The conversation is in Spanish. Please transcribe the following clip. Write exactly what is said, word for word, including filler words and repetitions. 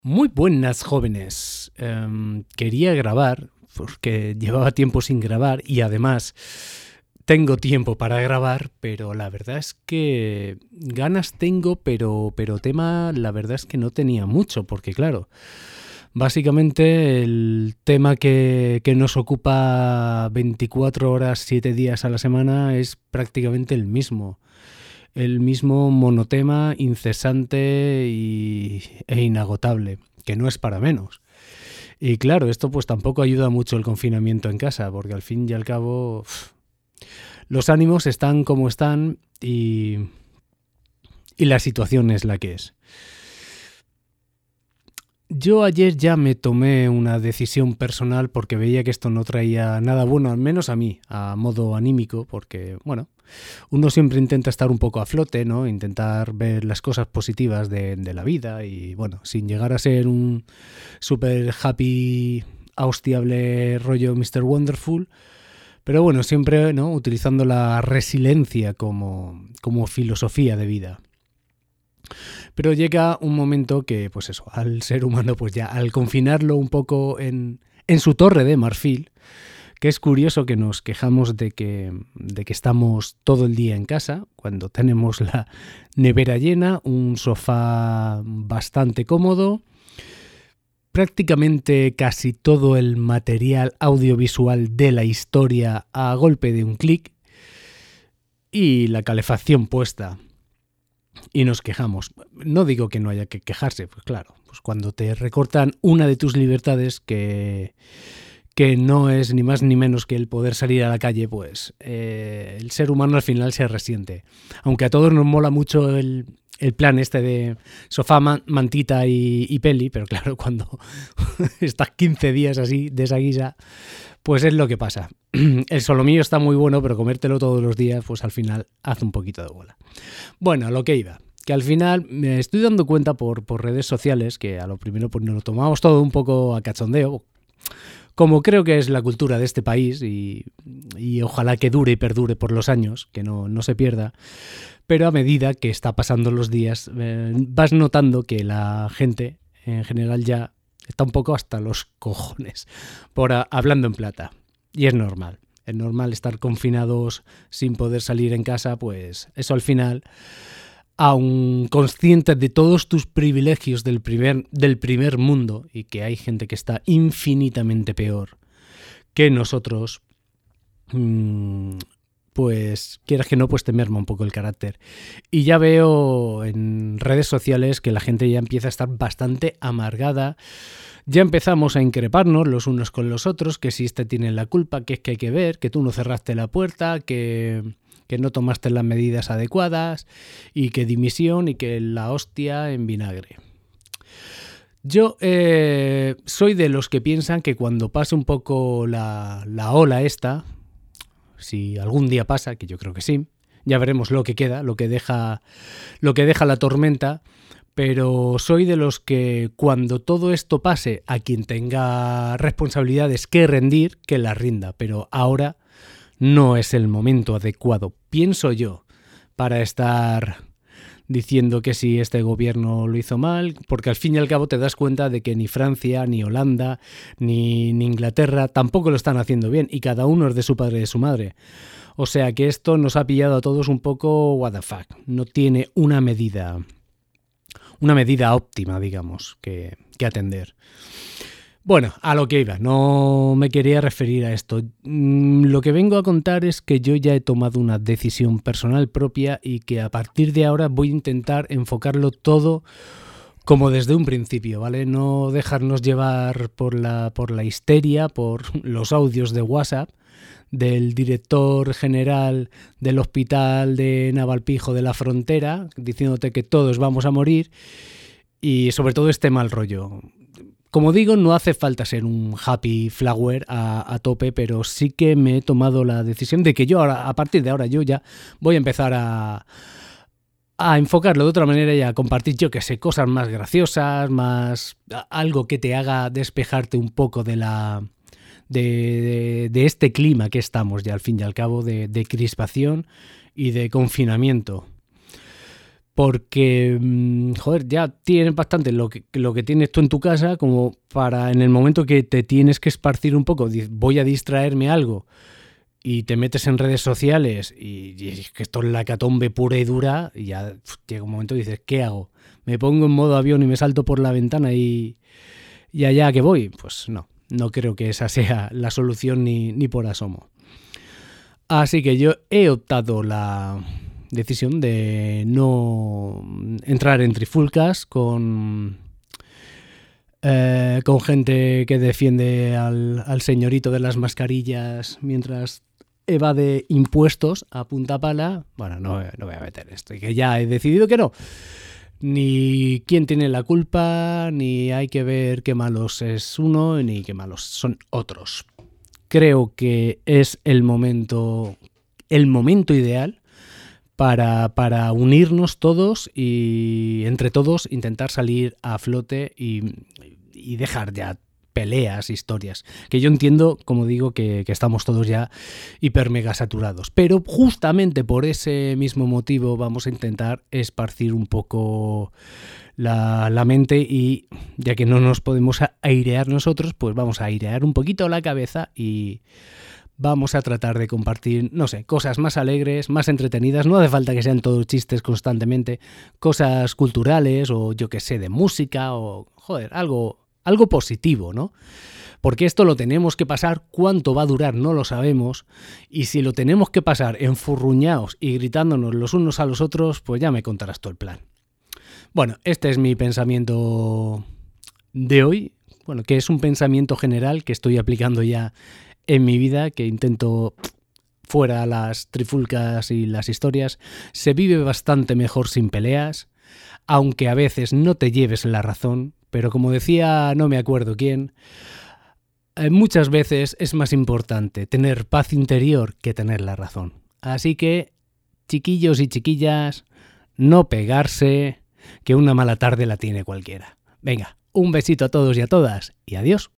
Muy buenas, jóvenes. Em, quería grabar porque llevaba tiempo sin grabar y además tengo tiempo para grabar, pero la verdad es que ganas tengo, pero, pero tema la verdad es que no tenía mucho, porque claro, básicamente el tema que, que nos ocupa veinticuatro horas, siete días a la semana es prácticamente el mismo. El mismo monotema incesante y, e inagotable, que no es para menos. Y claro, esto pues tampoco ayuda mucho el confinamiento en casa, porque al fin y al cabo uf, los ánimos están como están y, y la situación es la que es. Yo ayer ya me tomé una decisión personal porque veía que esto no traía nada bueno, al menos a mí, a modo anímico, porque, bueno, uno siempre intenta estar un poco a flote, ¿no? Intentar ver las cosas positivas de, de la vida y, bueno, sin llegar a ser un super happy, austiable rollo míster Wonderful, pero bueno, siempre, ¿no? Utilizando la resiliencia como, como filosofía de vida. Pero llega un momento que, pues eso, al ser humano, pues ya al confinarlo un poco en, en su torre de marfil, que es curioso que nos quejamos de que, de que estamos todo el día en casa, cuando tenemos la nevera llena, un sofá bastante cómodo, prácticamente casi todo el material audiovisual de la historia a golpe de un clic y la calefacción puesta. Y nos quejamos. No digo que no haya que quejarse, pues claro, pues cuando te recortan una de tus libertades que, que no es ni más ni menos que el poder salir a la calle, pues eh, el ser humano al final se resiente. Aunque a todos nos mola mucho el, el plan este de sofá, man, mantita y, y peli, pero claro, cuando estás quince días así de esa guisa, pues es lo que pasa. El solomillo está muy bueno, pero comértelo todos los días, pues al final hace un poquito de bola. Bueno, a lo que iba, que al final me estoy dando cuenta por, por redes sociales que a lo primero pues nos lo tomamos todo un poco a cachondeo, como creo que es la cultura de este país y, y ojalá que dure y perdure por los años, que no, no se pierda, pero a medida que está pasando los días eh, vas notando que la gente en general ya está un poco hasta los cojones, por a, hablando en plata. Y es normal, es normal estar confinados sin poder salir en casa, pues eso al final, aun consciente de todos tus privilegios del primer, del primer mundo y que hay gente que está infinitamente peor que nosotros, mmm, pues quieras que no, pues te merma un poco el carácter. Y ya veo en redes sociales que la gente ya empieza a estar bastante amargada. Ya empezamos a increparnos los unos con los otros, que si este tiene la culpa, que es que hay que ver, que tú no cerraste la puerta, que, que no tomaste las medidas adecuadas y que dimisión y que la hostia en vinagre. Yo eh, soy de los que piensan que cuando pase un poco la, la ola esta, si algún día pasa, que yo creo que sí, ya veremos lo que queda, lo que deja, lo que deja la tormenta. Pero soy de los que cuando todo esto pase, a quien tenga responsabilidades que rendir, que las rinda. Pero ahora no es el momento adecuado, pienso yo, para estar diciendo que si este gobierno lo hizo mal, porque al fin y al cabo te das cuenta de que ni Francia, ni Holanda, ni, ni Inglaterra tampoco lo están haciendo bien, y cada uno es de su padre y de su madre. O sea que esto nos ha pillado a todos un poco what the fuck, no tiene una medida... una medida óptima, digamos, que, que atender. Bueno, a lo que iba, no me quería referir a esto. Lo que vengo a contar es que yo ya he tomado una decisión personal propia y que a partir de ahora voy a intentar enfocarlo todo como desde un principio, ¿vale? No dejarnos llevar por la, por la histeria, por los audios de WhatsApp del director general del hospital de Navalpijo de la Frontera, diciéndote que todos vamos a morir, y sobre todo este mal rollo. Como digo, no hace falta ser un happy flower a, a tope, pero sí que me he tomado la decisión de que yo ahora, a partir de ahora, yo ya voy a empezar a, a enfocarlo de otra manera y a compartir, yo que sé, cosas más graciosas, más algo que te haga despejarte un poco de la... De, de, de este clima que estamos ya al fin y al cabo de, de crispación y de confinamiento. porque, joder, ya tienes bastante lo que, lo que tienes tú en tu casa como para en el momento que te tienes que esparcir un poco, voy a distraerme algo y te metes en redes sociales y, y es que esto es la hecatombe pura y dura y ya pf, llega un momento y dices, ¿qué hago? ¿Me pongo en modo avión y me salto por la ventana y, y allá que voy? Pues no, no creo que esa sea la solución ni, ni por asomo. Así que yo he optado la decisión de no entrar en trifulcas con, eh, con gente que defiende al, al señorito de las mascarillas mientras evade impuestos a punta pala. Bueno, no, no voy a meter esto, que ya he decidido que no. Ni quién tiene la culpa, ni hay que ver qué malos es uno, ni qué malos son otros. Creo que es el momento, el momento ideal para, para unirnos todos y entre todos intentar salir a flote y, y dejar ya peleas, historias, que yo entiendo, como digo, que, que estamos todos ya hiper mega saturados, pero justamente por ese mismo motivo vamos a intentar esparcir un poco la, la mente y ya que no nos podemos airear nosotros, pues vamos a airear un poquito la cabeza y vamos a tratar de compartir, no sé, cosas más alegres, más entretenidas. No hace falta que sean todos chistes constantemente, cosas culturales o yo que sé, de música o, joder, algo, algo positivo, ¿no? Porque esto lo tenemos que pasar, cuánto va a durar no lo sabemos, y si lo tenemos que pasar enfurruñados y gritándonos los unos a los otros, pues ya me contarás todo el plan. Bueno, este es mi pensamiento de hoy, bueno, que es un pensamiento general que estoy aplicando ya en mi vida, que intento, fuera las trifulcas y las historias, se vive bastante mejor sin peleas, aunque a veces no te lleves la razón, pero como decía no me acuerdo quién, muchas veces es más importante tener paz interior que tener la razón. Así que, chiquillos y chiquillas, no pegarse, que una mala tarde la tiene cualquiera. Venga, un besito a todos y a todas y adiós.